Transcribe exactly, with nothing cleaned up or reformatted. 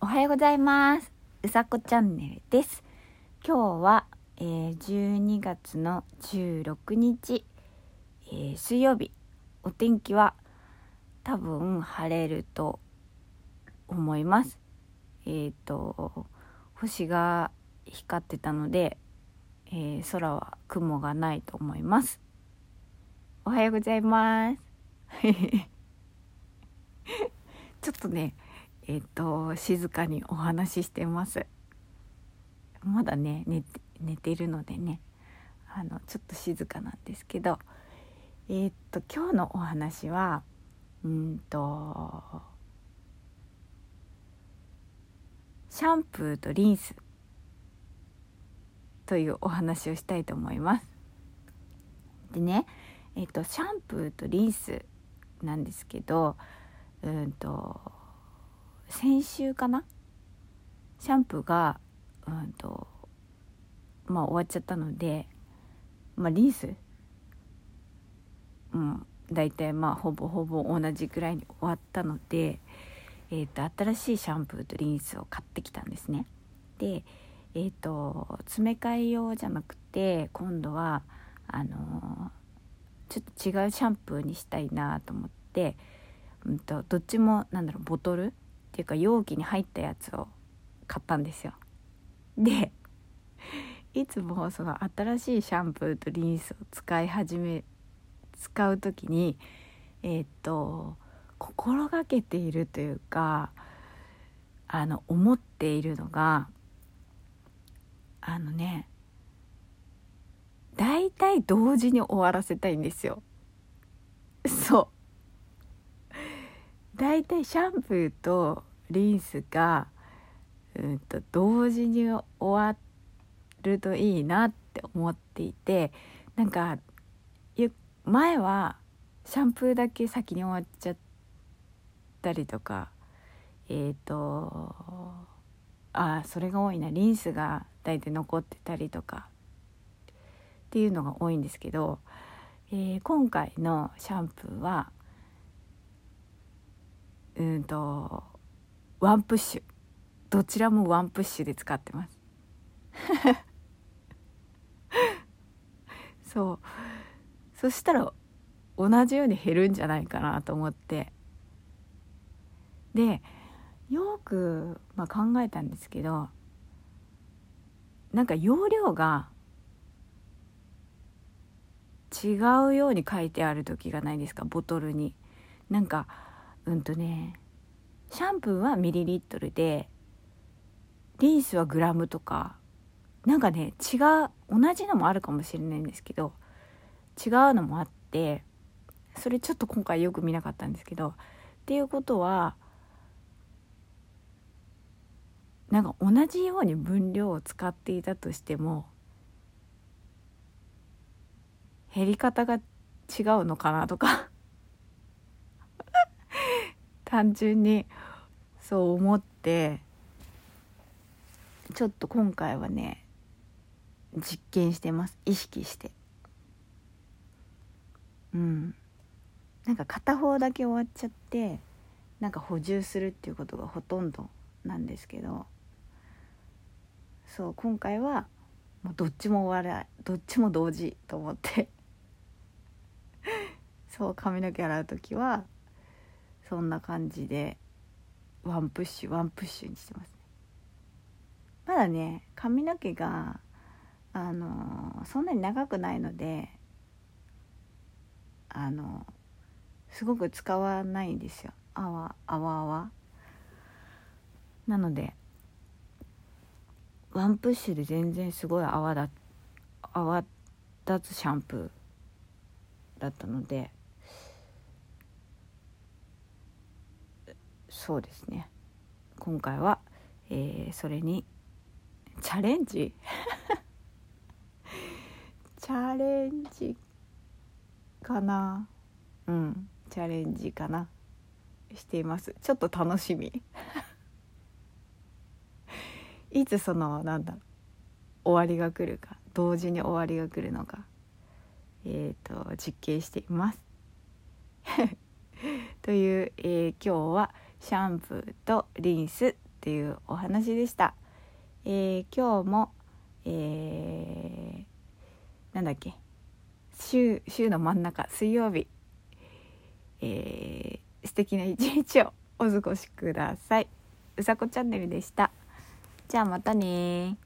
おはようございます。うさこチャンネルです。今日は、えー、じゅうにがつのじゅうろくにち、えー、水曜日。お天気は多分晴れると思います。えっと星が光ってたので、えー、空は雲がないと思います。おはようございますちょっとねえっと静かにお話ししてます。まだね 寝て、寝てるのでねあのちょっと静かなんですけど、えー、っと今日のお話はうんとシャンプーとリンスというお話をしたいと思います。でねえー、っとシャンプーとリンスなんですけど、うんと先週かなシャンプーがうんとまあ終わっちゃったので、まあリンスうんだいたいまあほぼほぼ同じくらいに終わったので、えー、と新しいシャンプーとリンスを買ってきたんですね。で、えー、と詰め替え用じゃなくて今度はあのー、ちょっと違うシャンプーにしたいなと思って、うんと、どっちもなんだろうボトルっていうか容器に入ったやつを買ったんですよ。でいつもその新しいシャンプーとリンスを使い始め使う時にえっと心がけているというかあの思っているのがあのねだいたい同時に終わらせたいんですよ。そうだいたいシャンプーとリンスがうんと同時に終わるといいなって思っていて、なんか前はシャンプーだけ先に終わっちゃったりとかえっとあそれが多いな。リンスが大体残ってたりとかっていうのが多いんですけど、えー、今回のシャンプーはうんとワンプッシュどちらもワンプッシュで使ってますそうそしたら同じように減るんじゃないかなと思って、でよく、まあ、考えたんですけど、なんか容量が違うように書いてある時がないですか、ボトルに。なんかうんとねシャンプーはミリリットルでリンスはグラムとかなんかね違う同じのもあるかもしれないんですけど違うのもあって、それちょっと今回よく見なかったんですけど、っていうことはなんか同じように分量を使っていたとしても減り方が違うのかなとか単純にそう思ってちょっと今回はね実験してます。意識してうんなんか片方だけ終わっちゃってなんか補充するっていうことがほとんどなんですけど、そう今回はもうどっちも終わらどっちも同時と思ってそう髪の毛洗う時はそんな感じでワンプッシュワンプッシュにしてますね。まだね髪の毛があのそんなに長くないのであのすごく使わないんですよ。あわあわあわなのでワンプッシュで全然すごい泡だ泡立つシャンプーだったので、そうですね今回は、えー、それにチャレンジチャレンジかなうんチャレンジかなしています。ちょっと楽しみいつそのなんだ終わりが来るか同時に終わりが来るのかえっと実験していますという、えー、今日はシャンプーとリンスっっていうお話でした。えー、今日も、えー、なんだっけ週、週の真ん中水曜日、えー、素敵な一日をお過ごしください。うさこチャンネルでした。じゃあまたね。